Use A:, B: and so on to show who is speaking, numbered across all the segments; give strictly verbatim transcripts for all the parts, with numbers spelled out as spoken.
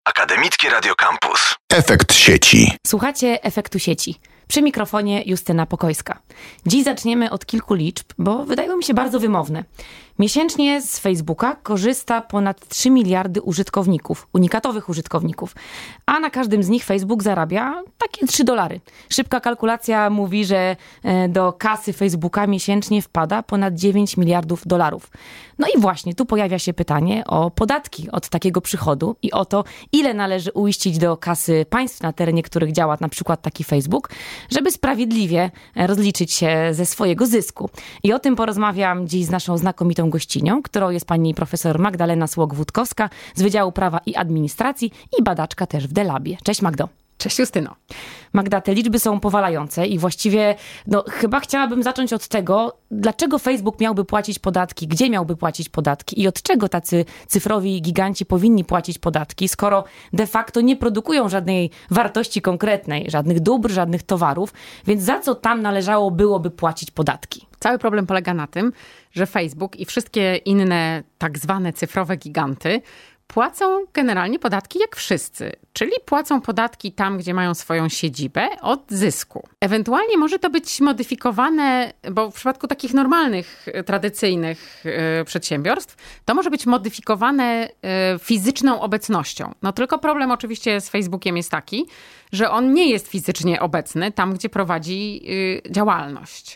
A: Akademickie Radio Campus. Efekt sieci.
B: Słuchacie Efektu sieci. Przy mikrofonie Justyna Pokojska. Dziś zaczniemy od kilku liczb, bo wydają mi się bardzo wymowne. Miesięcznie z Facebooka korzysta ponad trzy miliardy użytkowników, unikatowych użytkowników, a na każdym z nich Facebook zarabia takie trzy dolary. Szybka kalkulacja mówi, że do kasy Facebooka miesięcznie wpada ponad dziewięć miliardów dolarów. No i właśnie tu pojawia się pytanie o podatki od takiego przychodu i o to, ile należy uiścić do kasy państw, na terenie których działa na przykład taki Facebook, żeby sprawiedliwie rozliczyć się ze swojego zysku. I o tym porozmawiam dziś z naszą znakomitą gościnią, którą jest pani profesor Magdalena Słok-Wódkowska z Wydziału Prawa i Administracji i badaczka też w Delabie. Cześć Magdo.
C: Cześć Justyno.
B: Magda, te liczby są powalające i właściwie no, chyba chciałabym zacząć od tego, dlaczego Facebook miałby płacić podatki, gdzie miałby płacić podatki i od czego tacy cyfrowi giganci powinni płacić podatki, skoro de facto nie produkują żadnej wartości konkretnej, żadnych dóbr, żadnych towarów, więc za co tam należało byłoby płacić podatki?
C: Cały problem polega na tym, że Facebook i wszystkie inne tak zwane cyfrowe giganty płacą generalnie podatki jak wszyscy, czyli płacą podatki tam, gdzie mają swoją siedzibę od zysku. Ewentualnie może to być modyfikowane, bo w przypadku takich normalnych, tradycyjnych y, przedsiębiorstw, to może być modyfikowane y, fizyczną obecnością. No tylko problem oczywiście z Facebookiem jest taki, że on nie jest fizycznie obecny tam, gdzie prowadzi y, działalność.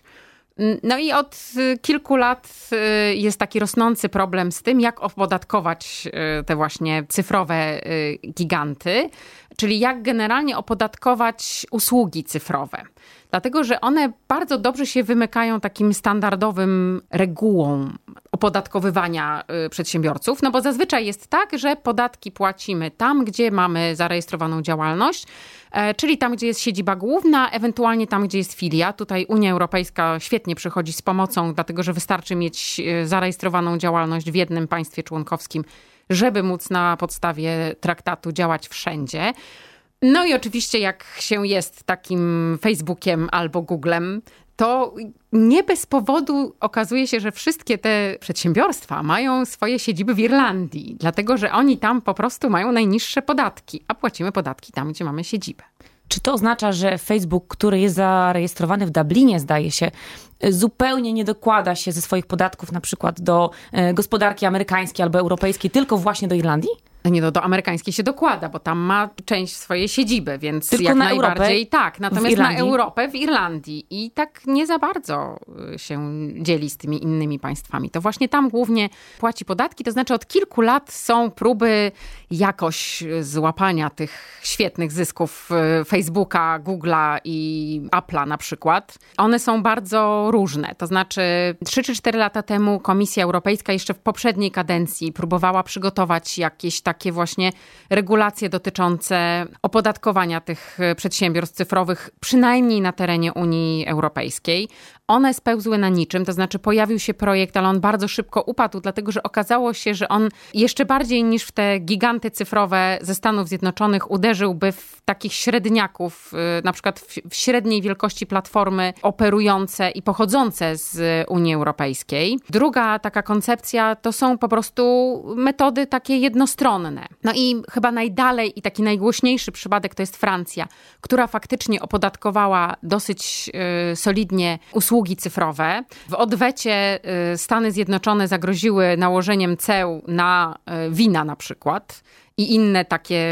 C: No i od kilku lat jest taki rosnący problem z tym, jak opodatkować te właśnie cyfrowe giganty, czyli jak generalnie opodatkować usługi cyfrowe. Dlatego, że one bardzo dobrze się wymykają takim standardowym regułom opodatkowywania przedsiębiorców, no bo zazwyczaj jest tak, że podatki płacimy tam, gdzie mamy zarejestrowaną działalność, czyli tam, gdzie jest siedziba główna, ewentualnie tam, gdzie jest filia. Tutaj Unia Europejska świetnie przychodzi z pomocą, dlatego że wystarczy mieć zarejestrowaną działalność w jednym państwie członkowskim, żeby móc na podstawie traktatu działać wszędzie. No i oczywiście jak się jest takim Facebookiem albo Googlem, to nie bez powodu okazuje się, że wszystkie te przedsiębiorstwa mają swoje siedziby w Irlandii, dlatego że oni tam po prostu mają najniższe podatki, a płacimy podatki tam, gdzie mamy siedzibę.
B: Czy to oznacza, że Facebook, który jest zarejestrowany w Dublinie, zdaje się, zupełnie nie dokłada się ze swoich podatków na przykład do gospodarki amerykańskiej albo europejskiej, tylko właśnie do Irlandii?
C: Nie, no do amerykańskiej się dokłada, bo tam ma część swojej siedziby, więc
B: tylko
C: jak
B: na
C: najbardziej
B: Europę
C: tak. Natomiast na Europę w Irlandii i tak nie za bardzo się dzieli z tymi innymi państwami. To właśnie tam głównie płaci podatki, to znaczy od kilku lat są próby jakoś złapania tych świetnych zysków Facebooka, Google'a i Apple'a na przykład. One są bardzo różne, to znaczy trzy czy cztery lata temu Komisja Europejska jeszcze w poprzedniej kadencji próbowała przygotować jakieś takie takie właśnie regulacje dotyczące opodatkowania tych przedsiębiorstw cyfrowych, przynajmniej na terenie Unii Europejskiej. One spełzły na niczym, to znaczy pojawił się projekt, ale on bardzo szybko upadł, dlatego że okazało się, że on jeszcze bardziej niż w te giganty cyfrowe ze Stanów Zjednoczonych uderzyłby w takich średniaków, na przykład w średniej wielkości platformy operujące i pochodzące z Unii Europejskiej. Druga taka koncepcja to są po prostu metody takie jednostronne. No i chyba najdalej i taki najgłośniejszy przypadek to jest Francja, która faktycznie opodatkowała dosyć yy, solidnie usługi usługi cyfrowe. W odwecie Stany Zjednoczone zagroziły nałożeniem ceł na wina na przykład i inne takie,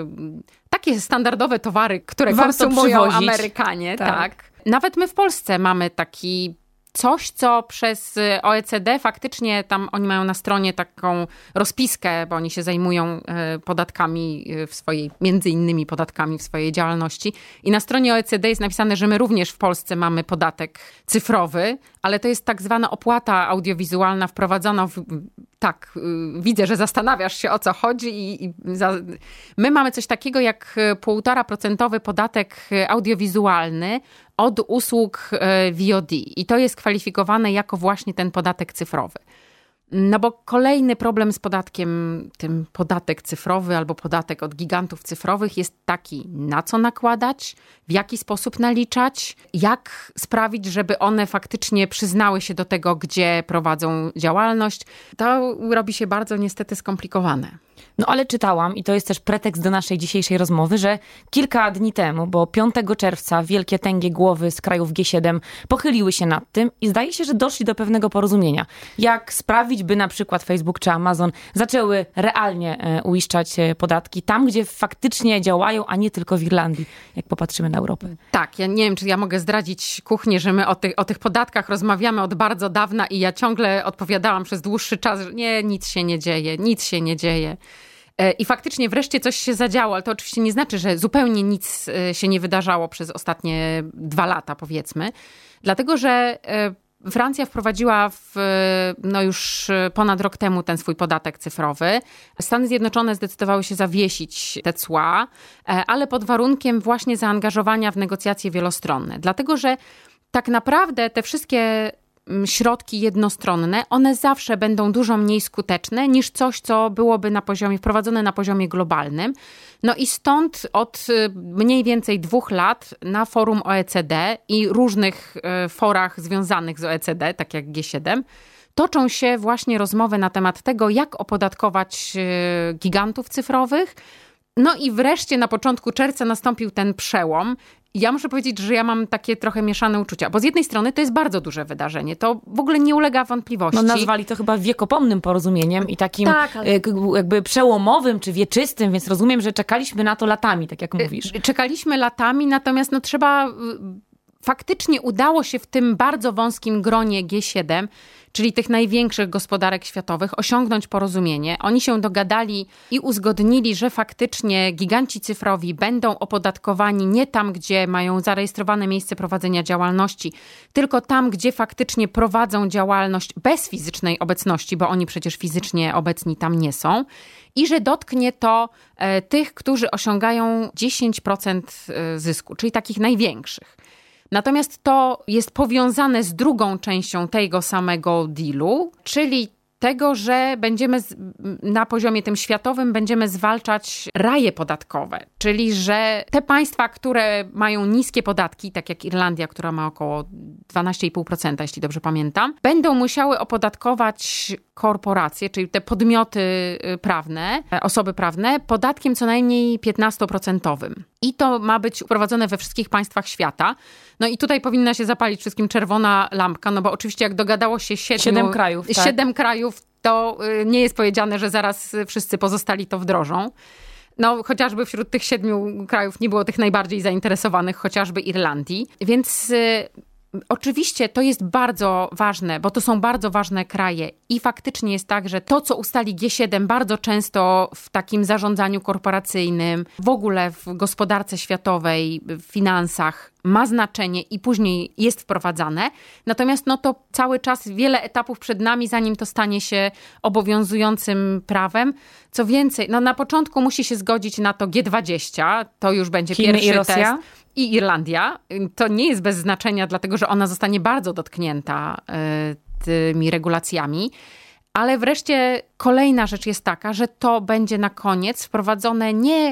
C: takie standardowe towary, które
B: warto
C: konsumują
B: przywozić.
C: Amerykanie.
B: Tak.
C: tak. Nawet my w Polsce mamy taki coś, co przez O E C D faktycznie tam oni mają na stronie taką rozpiskę, bo oni się zajmują podatkami w swojej, między innymi podatkami w swojej działalności. I na stronie O E C D jest napisane, że my również w Polsce mamy podatek cyfrowy, ale to jest tak zwana opłata audiowizualna wprowadzona w... Tak, widzę, że zastanawiasz się, o co chodzi i, i za... my mamy coś takiego jak półtora procentowy podatek audiowizualny od usług V O D i to jest kwalifikowane jako właśnie ten podatek cyfrowy. No bo kolejny problem z podatkiem, tym podatek cyfrowy albo podatek od gigantów cyfrowych jest taki, na co nakładać, w jaki sposób naliczać, jak sprawić, żeby one faktycznie przyznały się do tego, gdzie prowadzą działalność. To robi się bardzo niestety skomplikowane.
B: No ale czytałam, i to jest też pretekst do naszej dzisiejszej rozmowy, że kilka dni temu, bo piątego czerwca wielkie tęgie głowy z krajów G siedem pochyliły się nad tym i zdaje się, że doszli do pewnego porozumienia. Jak sprawić, by na przykład Facebook czy Amazon zaczęły realnie e, uiszczać e, podatki tam, gdzie faktycznie działają, a nie tylko w Irlandii, jak popatrzymy na Europę.
C: Tak, ja nie wiem, czy ja mogę zdradzić kuchnię, że my o, ty, o tych podatkach rozmawiamy od bardzo dawna i ja ciągle odpowiadałam przez dłuższy czas, że nie, nic się nie dzieje, nic się nie dzieje. I faktycznie wreszcie coś się zadziało, ale to oczywiście nie znaczy, że zupełnie nic się nie wydarzało przez ostatnie dwa lata, powiedzmy. Dlatego, że Francja wprowadziła w, no już ponad rok temu ten swój podatek cyfrowy. Stany Zjednoczone zdecydowały się zawiesić te cła, ale pod warunkiem właśnie zaangażowania w negocjacje wielostronne. Dlatego, że tak naprawdę te wszystkie środki jednostronne, one zawsze będą dużo mniej skuteczne niż coś, co byłoby na poziomie, wprowadzone na poziomie globalnym. No i stąd od mniej więcej dwóch lat na forum O E C D i różnych forach związanych z O E C D, tak jak G siedem, toczą się właśnie rozmowy na temat tego, jak opodatkować gigantów cyfrowych. No i wreszcie na początku czerwca nastąpił ten przełom. Ja muszę powiedzieć, że ja mam takie trochę mieszane uczucia, bo z jednej strony to jest bardzo duże wydarzenie, to w ogóle nie ulega wątpliwości.
B: No nazwali to chyba wiekopomnym porozumieniem i takim tak, ale... jakby przełomowym czy wieczystym, więc rozumiem, że czekaliśmy na to latami, tak jak mówisz.
C: Czekaliśmy latami, natomiast no trzeba... Faktycznie udało się w tym bardzo wąskim gronie G siedem, czyli tych największych gospodarek światowych, osiągnąć porozumienie. Oni się dogadali i uzgodnili, że faktycznie giganci cyfrowi będą opodatkowani nie tam, gdzie mają zarejestrowane miejsce prowadzenia działalności, tylko tam, gdzie faktycznie prowadzą działalność bez fizycznej obecności, bo oni przecież fizycznie obecni tam nie są. I że dotknie to e, tych, którzy osiągają dziesięć procent zysku, czyli takich największych. Natomiast to jest powiązane z drugą częścią tego samego dealu, czyli tego, że będziemy z, na poziomie tym światowym będziemy zwalczać raje podatkowe. Czyli, że te państwa, które mają niskie podatki, tak jak Irlandia, która ma około dwanaście i pół procent, jeśli dobrze pamiętam, będą musiały opodatkować korporacje, czyli te podmioty prawne, osoby prawne, podatkiem co najmniej piętnastoprocentowym. I to ma być wprowadzone we wszystkich państwach świata. No i tutaj powinna się zapalić wszystkim czerwona lampka, no bo oczywiście jak dogadało się siedmiu,
B: siedem krajów, tak.
C: siedem krajów, to nie jest powiedziane, że zaraz wszyscy pozostali to wdrożą. No chociażby wśród tych siedmiu krajów nie było tych najbardziej zainteresowanych, chociażby Irlandii. Więc y, oczywiście to jest bardzo ważne, bo to są bardzo ważne kraje i faktycznie jest tak, że to, co ustali G siedem bardzo często w takim zarządzaniu korporacyjnym, w ogóle w gospodarce światowej, w finansach ma znaczenie i później jest wprowadzane. Natomiast no to cały czas wiele etapów przed nami, zanim to stanie się obowiązującym prawem. Co więcej, no na początku musi się zgodzić na to G dwadzieścia, to już będzie
B: Chiny
C: pierwszy
B: i Rosja.
C: test. I Irlandia. To nie jest bez znaczenia, dlatego że ona zostanie bardzo dotknięta y, tymi regulacjami. Ale wreszcie kolejna rzecz jest taka, że to będzie na koniec wprowadzone nie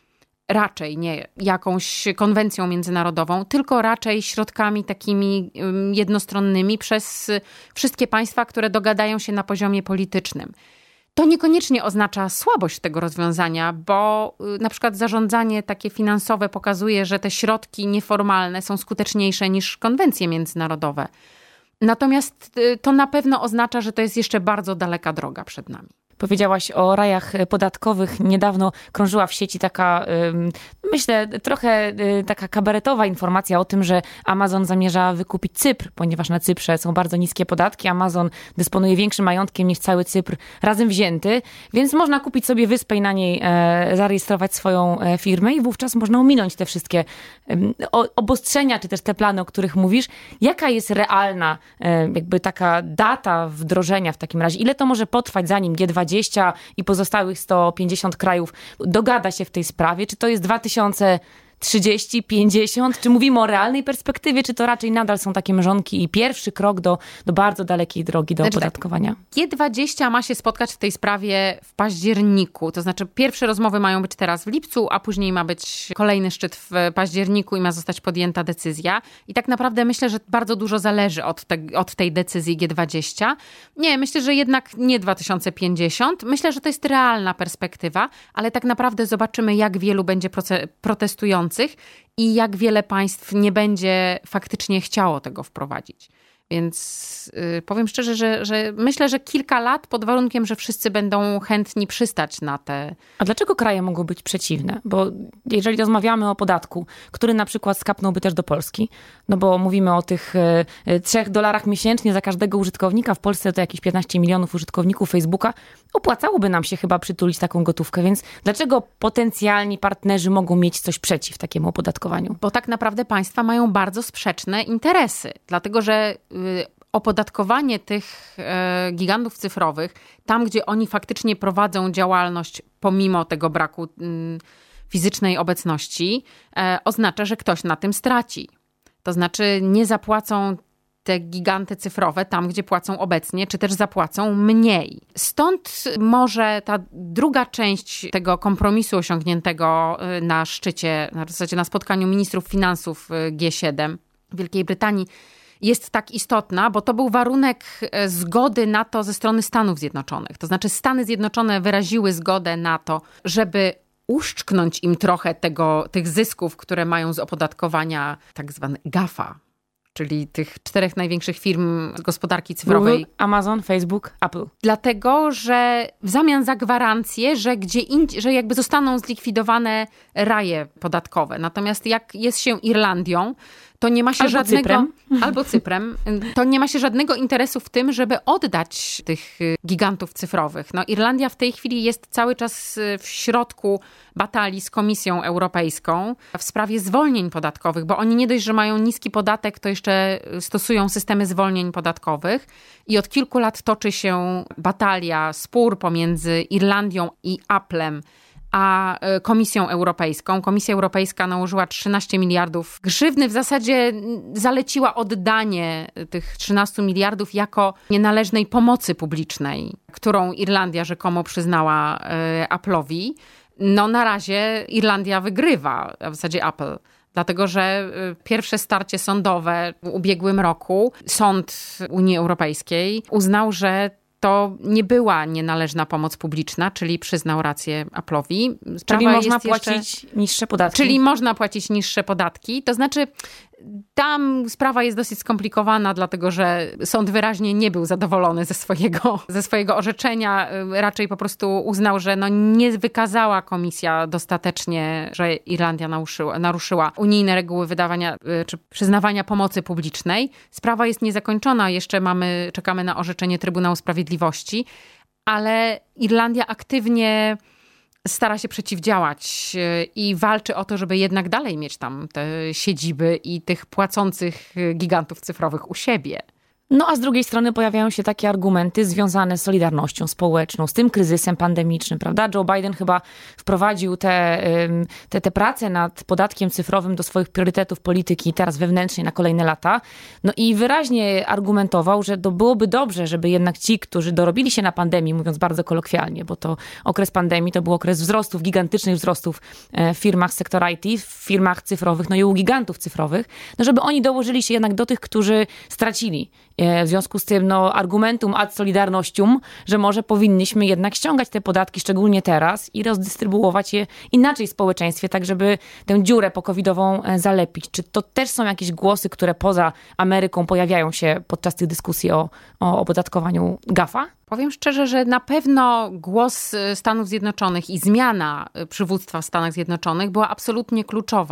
C: raczej nie jakąś konwencją międzynarodową, tylko raczej środkami takimi jednostronnymi przez wszystkie państwa, które dogadają się na poziomie politycznym. To niekoniecznie oznacza słabość tego rozwiązania, bo na przykład zarządzanie takie finansowe pokazuje, że te środki nieformalne są skuteczniejsze niż konwencje międzynarodowe. Natomiast to na pewno oznacza, że to jest jeszcze bardzo daleka droga przed nami.
B: Powiedziałaś o rajach podatkowych. Niedawno krążyła w sieci taka, myślę, trochę taka kabaretowa informacja o tym, że Amazon zamierza wykupić Cypr, ponieważ na Cyprze są bardzo niskie podatki. Amazon dysponuje większym majątkiem niż cały Cypr razem wzięty, więc można kupić sobie wyspę i na niej zarejestrować swoją firmę i wówczas można ominąć te wszystkie obostrzenia, czy też te plany, o których mówisz. Jaka jest realna jakby taka data wdrożenia w takim razie? Ile to może potrwać, zanim G dwadzieścia i pozostałych sto pięćdziesiąt krajów dogada się w tej sprawie? Czy to jest dwa tysiące trzydzieści, pięćdziesiąt? Czy mówimy o realnej perspektywie, czy to raczej nadal są takie mrzonki i pierwszy krok do, do bardzo dalekiej drogi do
C: znaczy,
B: opodatkowania?
C: G dwadzieścia ma się spotkać w tej sprawie w październiku. To znaczy pierwsze rozmowy mają być teraz w lipcu, a później ma być kolejny szczyt w październiku i ma zostać podjęta decyzja. I tak naprawdę myślę, że bardzo dużo zależy od, te, od tej decyzji G dwadzieścia. Nie, myślę, że jednak nie dwa tysiące pięćdziesiąt. Myślę, że to jest realna perspektywa, ale tak naprawdę zobaczymy, jak wielu będzie proce- protestujących i jak wiele państw nie będzie faktycznie chciało tego wprowadzić. Więc yy, powiem szczerze, że, że myślę, że kilka lat pod warunkiem, że wszyscy będą chętni przystać na te...
B: A dlaczego kraje mogą być przeciwne? Bo jeżeli rozmawiamy o podatku, który na przykład skapnąłby też do Polski, no bo mówimy o tych y, trzech dolarach miesięcznie za każdego użytkownika, w Polsce to jakieś piętnaście milionów użytkowników Facebooka, opłacałoby nam się chyba przytulić taką gotówkę, więc dlaczego potencjalni partnerzy mogą mieć coś przeciw takiemu opodatkowaniu?
C: Bo tak naprawdę państwa mają bardzo sprzeczne interesy, dlatego że opodatkowanie tych gigantów cyfrowych, tam gdzie oni faktycznie prowadzą działalność pomimo tego braku fizycznej obecności, oznacza, że ktoś na tym straci. To znaczy nie zapłacą te giganty cyfrowe tam, gdzie płacą obecnie, czy też zapłacą mniej. Stąd może ta druga część tego kompromisu osiągniętego na szczycie, w zasadzie na spotkaniu ministrów finansów G siedem Wielkiej Brytanii, jest tak istotna, bo to był warunek zgody na to ze strony Stanów Zjednoczonych. To znaczy Stany Zjednoczone wyraziły zgodę na to, żeby uszczknąć im trochę tego, tych zysków, które mają z opodatkowania tak zwane gafa, czyli tych czterech największych firm z gospodarki cyfrowej.
B: Google, Amazon, Facebook, Apple.
C: Dlatego, że w zamian za gwarancję, że gdzie indziej, że jakby zostaną zlikwidowane raje podatkowe. Natomiast jak jest się Irlandią, to nie ma się
B: albo
C: żadnego...
B: Cyprem.
C: Albo Cyprem. To nie ma się żadnego interesu w tym, żeby oddać tych gigantów cyfrowych. No, Irlandia w tej chwili jest cały czas w środku batalii z Komisją Europejską w sprawie zwolnień podatkowych, bo oni nie dość, że mają niski podatek, to jeszcze stosują systemy zwolnień podatkowych. I od kilku lat toczy się batalia, spór pomiędzy Irlandią i Applem a Komisją Europejską. Komisja Europejska nałożyła trzynaście miliardów grzywny. W zasadzie zaleciła oddanie tych trzynastu miliardów jako nienależnej pomocy publicznej, którą Irlandia rzekomo przyznała Apple'owi. No na razie Irlandia wygrywa, a w zasadzie Apple. Dlatego, że pierwsze starcie sądowe w ubiegłym roku Sąd Unii Europejskiej uznał, że to nie była nienależna pomoc publiczna, czyli przyznał rację Apple'owi. Sprawa
B: czyli można
C: jest
B: płacić
C: jeszcze...
B: niższe podatki.
C: Czyli można płacić niższe podatki. To znaczy tam sprawa jest dosyć skomplikowana, dlatego że sąd wyraźnie nie był zadowolony ze swojego, ze swojego orzeczenia. Raczej po prostu uznał, że no nie wykazała komisja dostatecznie, że Irlandia naruszyła, naruszyła unijne reguły wydawania czy przyznawania pomocy publicznej. Sprawa jest niezakończona. Jeszcze mamy, czekamy na orzeczenie Trybunału Sprawiedliwości, ale Irlandia aktywnie stara się przeciwdziałać i walczy o to, żeby jednak dalej mieć tam te siedziby i tych płacących gigantów cyfrowych u siebie.
B: No a z drugiej strony pojawiają się takie argumenty związane z solidarnością społeczną, z tym kryzysem pandemicznym, prawda? Joe Biden chyba wprowadził te, te, te prace nad podatkiem cyfrowym do swoich priorytetów polityki teraz wewnętrznej na kolejne lata. No i wyraźnie argumentował, że to byłoby dobrze, żeby jednak ci, którzy dorobili się na pandemii, mówiąc bardzo kolokwialnie, bo to okres pandemii to był okres wzrostów, gigantycznych wzrostów w firmach sektora I T, w firmach cyfrowych, no i u gigantów cyfrowych, no żeby oni dołożyli się jednak do tych, którzy stracili. W związku z tym no, argumentum ad solidarnościum, że może powinniśmy jednak ściągać te podatki, szczególnie teraz, i rozdystrybuować je inaczej w społeczeństwie, tak żeby tę dziurę pokowidową zalepić. Czy to też są jakieś głosy, które poza Ameryką pojawiają się podczas tych dyskusji o, o opodatkowaniu gafa?
C: Powiem szczerze, że na pewno głos Stanów Zjednoczonych i zmiana przywództwa w Stanach Zjednoczonych była absolutnie kluczowa.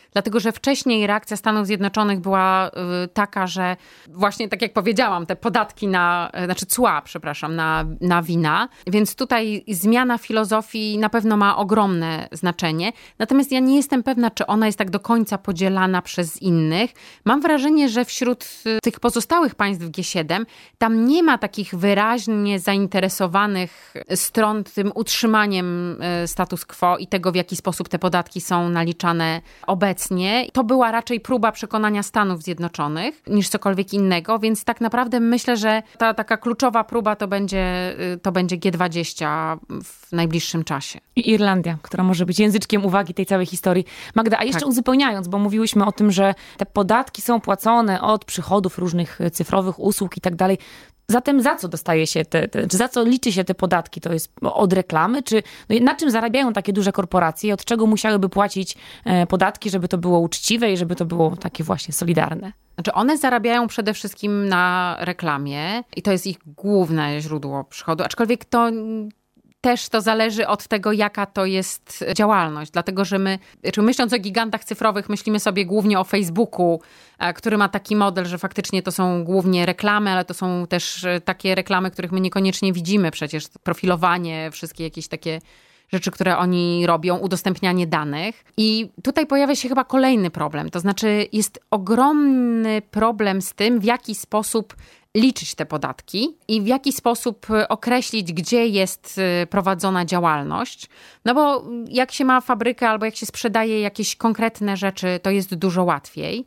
C: dlatego że wcześniej reakcja Stanów Zjednoczonych była y, taka, że właśnie tak jak powiedziałam, te podatki na, znaczy cła, przepraszam, na, na wina, więc tutaj zmiana filozofii na pewno ma ogromne znaczenie. Natomiast ja nie jestem pewna, czy ona jest tak do końca podzielana przez innych. Mam wrażenie, że wśród tych pozostałych państw G siedem tam nie ma takich wyraźnie zainteresowanych stron tym utrzymaniem status quo i tego, w jaki sposób te podatki są naliczane obecnie. To była raczej próba przekonania Stanów Zjednoczonych niż cokolwiek innego, więc tak naprawdę myślę, że ta taka kluczowa próba to będzie, to będzie G dwadzieścia w najbliższym czasie.
B: I Irlandia, która może być języczkiem uwagi tej całej historii. Magda, a jeszcze tak. uzupełniając, bo mówiłyśmy o tym, że te podatki są płacone od przychodów różnych cyfrowych usług i tak dalej. Zatem za co dostaje się te, te, czy za co liczy się te podatki? To jest od reklamy? Czy no, na czym zarabiają takie duże korporacje? Od czego musiałyby płacić e, podatki, żeby to było uczciwe i żeby to było takie właśnie solidarne?
C: Znaczy one zarabiają przede wszystkim na reklamie i to jest ich główne źródło przychodu, aczkolwiek to też to zależy od tego, jaka to jest działalność. Dlatego, że my, czy myśląc o gigantach cyfrowych, myślimy sobie głównie o Facebooku, który ma taki model, że faktycznie to są głównie reklamy, ale to są też takie reklamy, których my niekoniecznie widzimy. Przecież profilowanie, wszystkie jakieś takie rzeczy, które oni robią, udostępnianie danych. I tutaj pojawia się chyba kolejny problem. To znaczy jest ogromny problem z tym, w jaki sposób liczyć te podatki i w jaki sposób określić, gdzie jest prowadzona działalność. No bo jak się ma fabrykę albo jak się sprzedaje jakieś konkretne rzeczy, to jest dużo łatwiej.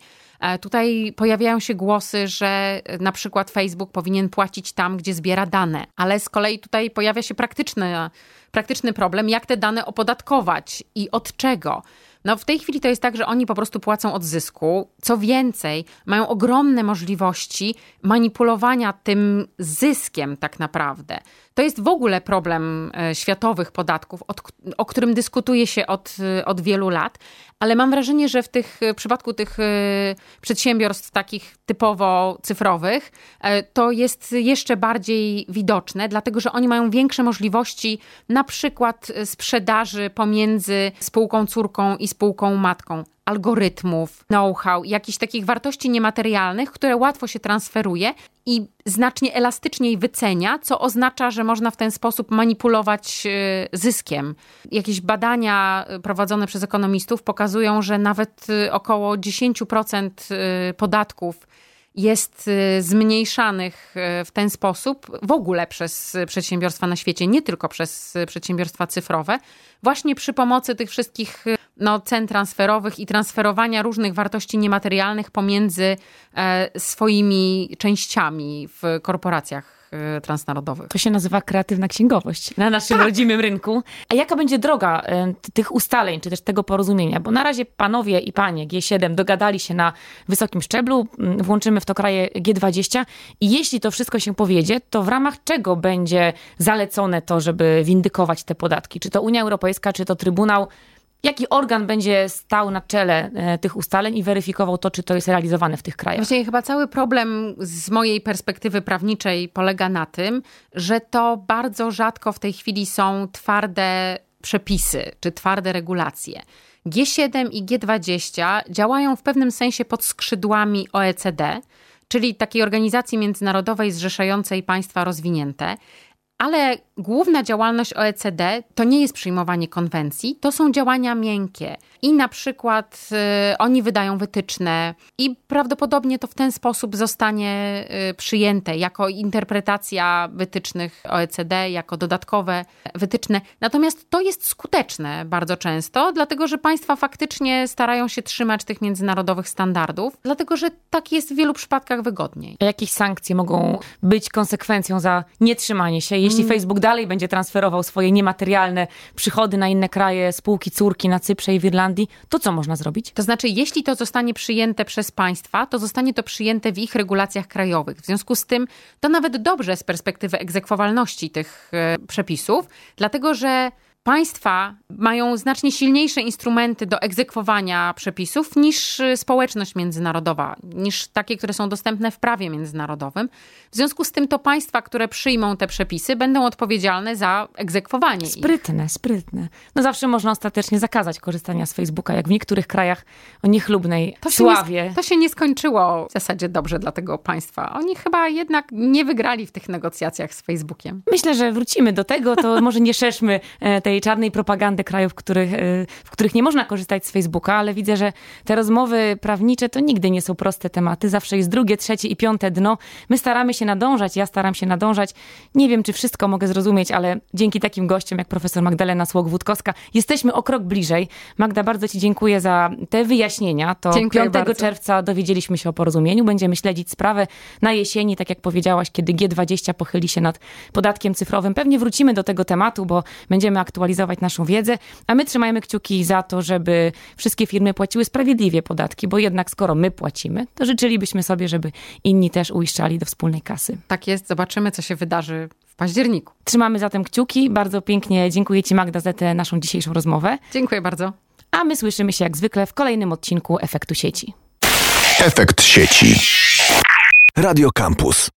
C: Tutaj pojawiają się głosy, że na przykład Facebook powinien płacić tam, gdzie zbiera dane, ale z kolei tutaj pojawia się praktyczny, praktyczny problem, jak te dane opodatkować i od czego. No w tej chwili to jest tak, że oni po prostu płacą od zysku. Co więcej, mają ogromne możliwości manipulowania tym zyskiem tak naprawdę. To jest w ogóle problem światowych podatków, od, o którym dyskutuje się od, od wielu lat, ale mam wrażenie, że w, tych, w przypadku tych przedsiębiorstw takich typowo cyfrowych to jest jeszcze bardziej widoczne, dlatego że oni mają większe możliwości na przykład sprzedaży pomiędzy spółką córką i spółką matką, algorytmów, know-how, jakichś takich wartości niematerialnych, które łatwo się transferuje i znacznie elastyczniej wycenia, co oznacza, że można w ten sposób manipulować zyskiem. Jakieś badania prowadzone przez ekonomistów pokazują, że nawet około dziesięć procent podatków jest zmniejszanych w ten sposób w ogóle przez przedsiębiorstwa na świecie, nie tylko przez przedsiębiorstwa cyfrowe, właśnie przy pomocy tych wszystkich no, cen transferowych i transferowania różnych wartości niematerialnych pomiędzy e, swoimi częściami w korporacjach transnarodowych.
B: To się nazywa kreatywna księgowość na naszym tak. rodzimym rynku. A jaka będzie droga y, tych ustaleń, czy też tego porozumienia? Bo na razie panowie i panie G siedem dogadali się na wysokim szczeblu, y, włączymy w to kraje G dwadzieścia i jeśli to wszystko się powiedzie, to w ramach czego będzie zalecone to, żeby windykować te podatki? Czy to Unia Europejska, czy to Trybunał? Jaki organ będzie stał na czele tych ustaleń i weryfikował to, czy to jest realizowane w tych krajach?
C: Właśnie chyba cały problem z mojej perspektywy prawniczej polega na tym, że to bardzo rzadko w tej chwili są twarde przepisy czy twarde regulacje. G siedem i G dwadzieścia działają w pewnym sensie pod skrzydłami O E C D, czyli takiej organizacji międzynarodowej zrzeszającej państwa rozwinięte. Ale główna działalność O E C D to nie jest przyjmowanie konwencji, to są działania miękkie. I na przykład y, oni wydają wytyczne i prawdopodobnie to w ten sposób zostanie y, przyjęte jako interpretacja wytycznych O E C D, jako dodatkowe wytyczne. Natomiast to jest skuteczne bardzo często, dlatego że państwa faktycznie starają się trzymać tych międzynarodowych standardów, dlatego że tak jest w wielu przypadkach wygodniej.
B: A jakieś sankcje mogą być konsekwencją za nietrzymanie się? Jeśli mm. Facebook dalej będzie transferował swoje niematerialne przychody na inne kraje, spółki córki na Cyprze i w Irlandii, to co można zrobić?
C: To znaczy, jeśli to zostanie przyjęte przez państwa, to zostanie to przyjęte w ich regulacjach krajowych. W związku z tym to nawet dobrze z perspektywy egzekwowalności tych e, przepisów, dlatego że państwa mają znacznie silniejsze instrumenty do egzekwowania przepisów niż społeczność międzynarodowa, niż takie, które są dostępne w prawie międzynarodowym. W związku z tym to państwa, które przyjmą te przepisy, będą odpowiedzialne za egzekwowanie ich.
B: Sprytne, sprytne. No zawsze można ostatecznie zakazać korzystania z Facebooka, jak w niektórych krajach o niechlubnej
C: to
B: sławie.
C: Nie, to się nie skończyło w zasadzie dobrze dla tego państwa. Oni chyba jednak nie wygrali w tych negocjacjach z Facebookiem.
B: Myślę, że wrócimy do tego, to może nie szerzmy tej czarnej propagandy krajów, w których, w których nie można korzystać z Facebooka, ale widzę, że te rozmowy prawnicze to nigdy nie są proste tematy. Zawsze jest drugie, trzecie i piąte dno. My staramy się nadążać, ja staram się nadążać. Nie wiem, czy wszystko mogę zrozumieć, ale dzięki takim gościom jak profesor Magdalena Słok-Wódkowska jesteśmy o krok bliżej. Magda, bardzo ci dziękuję za te wyjaśnienia. To
C: Dziękuję
B: piątego
C: bardzo.
B: czerwca dowiedzieliśmy się o porozumieniu. Będziemy śledzić sprawę na jesieni, tak jak powiedziałaś, kiedy G dwadzieścia pochyli się nad podatkiem cyfrowym. Pewnie wrócimy do tego tematu, bo będziemy aktualizować naszą wiedzę, a my trzymajmy kciuki za to, żeby wszystkie firmy płaciły sprawiedliwie podatki, bo jednak skoro my płacimy, to życzylibyśmy sobie, żeby inni też uiszczali do wspólnej kasy.
C: Tak jest, zobaczymy, co się wydarzy w październiku.
B: Trzymamy zatem kciuki. Bardzo pięknie dziękuję ci, Magda, za tę naszą dzisiejszą rozmowę.
C: Dziękuję bardzo.
B: A my słyszymy się jak zwykle w kolejnym odcinku Efektu Sieci.
A: Efekt sieci. Radio Campus.